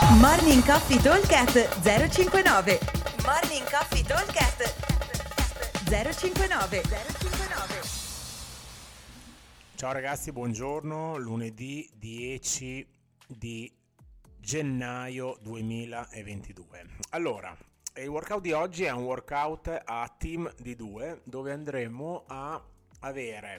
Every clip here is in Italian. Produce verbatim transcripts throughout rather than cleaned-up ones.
Morning Coffee Talkcast zero cinquantanove. Morning Coffee Talkcast zero cinquantanove. Ciao ragazzi, buongiorno. Lunedì dieci di gennaio duemilaventidue. Allora, il workout di oggi è un workout a team di due, dove andremo a avere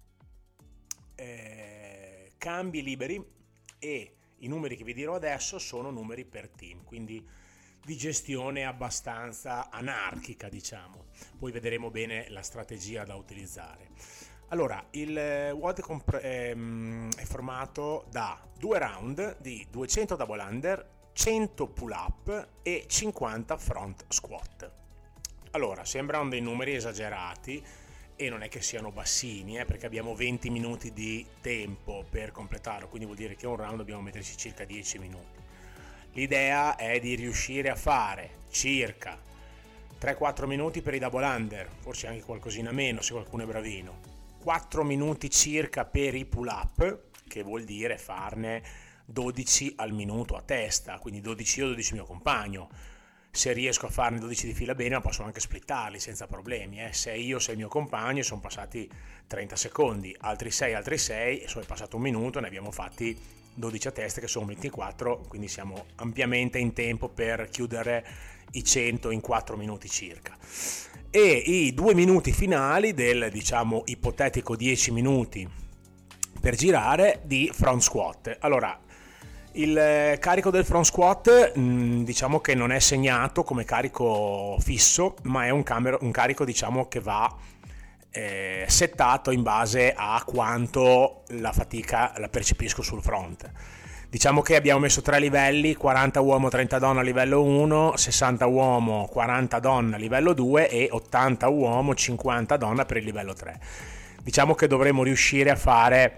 eh, cambi liberi, e i numeri che vi dirò adesso sono numeri per team, quindi di gestione abbastanza anarchica, diciamo. Poi vedremo bene la strategia da utilizzare. Allora, il WOD comp- ehm, è formato da due round di duecento double under, cento pull up e cinquanta front squat. Allora, sembrano dei numeri esagerati e non è che siano bassini, eh, perché abbiamo venti minuti di tempo per completarlo, quindi vuol dire che un round dobbiamo metterci circa dieci minuti. L'idea è di riuscire a fare circa tre quattro minuti per i double under, forse anche qualcosina meno se qualcuno è bravino, quattro minuti circa per i pull up, che vuol dire farne dodici al minuto a testa, quindi dodici io, dodici mio compagno. Se riesco a farne dodici di fila bene, ma posso anche splittarli senza problemi, eh. sei io, sei il mio compagno, e sono passati trenta secondi, altri sei, altri sei, e sono passato un minuto, ne abbiamo fatti dodici a testa, che sono ventiquattro, quindi siamo ampiamente in tempo per chiudere i cento in quattro minuti circa. E i due minuti finali del, diciamo, ipotetico dieci minuti per girare di front squat. Allora, il carico del front squat mh, diciamo che non è segnato come carico fisso, ma è un, camero, un carico diciamo che va eh, settato in base a quanto la fatica la percepisco sul front. Diciamo che abbiamo messo tre livelli: quaranta uomo, trenta donna a livello uno, sessanta uomo, quaranta donna a livello due e ottanta uomo, cinquanta donna per il livello tre. Diciamo che dovremo riuscire a fare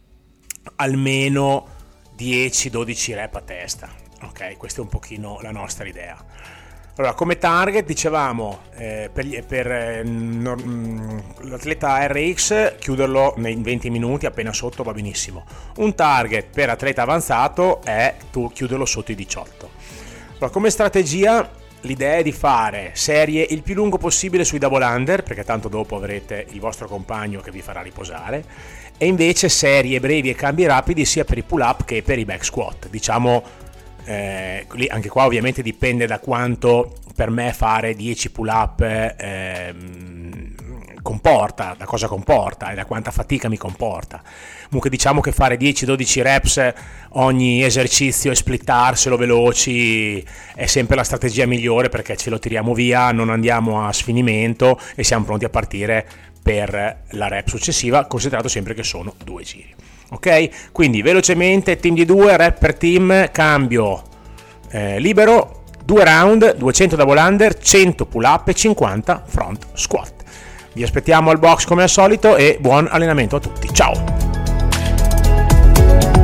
almeno dieci dodici rep a testa, ok? Questa è un pochino la nostra idea. Allora, come target dicevamo eh, per, gli, per eh, no, l'atleta R X chiuderlo nei venti minuti, appena sotto va benissimo. Un target per atleta avanzato è tu chiuderlo sotto i diciotto. Allora, come strategia l'idea è di fare serie il più lungo possibile sui double under, perché tanto dopo avrete il vostro compagno che vi farà riposare, e invece serie brevi e cambi rapidi sia per i pull up che per i back squat. Diciamo eh, anche qua ovviamente dipende da quanto per me fare dieci pull up eh, comporta, da cosa comporta e da quanta fatica mi comporta. Comunque diciamo che fare dieci dodici reps ogni esercizio e splittarselo veloci è sempre la strategia migliore, perché ce lo tiriamo via, non andiamo a sfinimento e siamo pronti a partire per la rep successiva, considerato sempre che sono due giri. Ok? Quindi velocemente, team di due, rep per team, cambio eh, libero, due round, duecento double under, cento pull up e cinquanta front squat. Vi aspettiamo al box come al solito e buon allenamento a tutti. Ciao!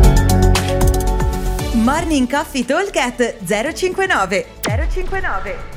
Morning Coffee Talkcast zero cinquantanove.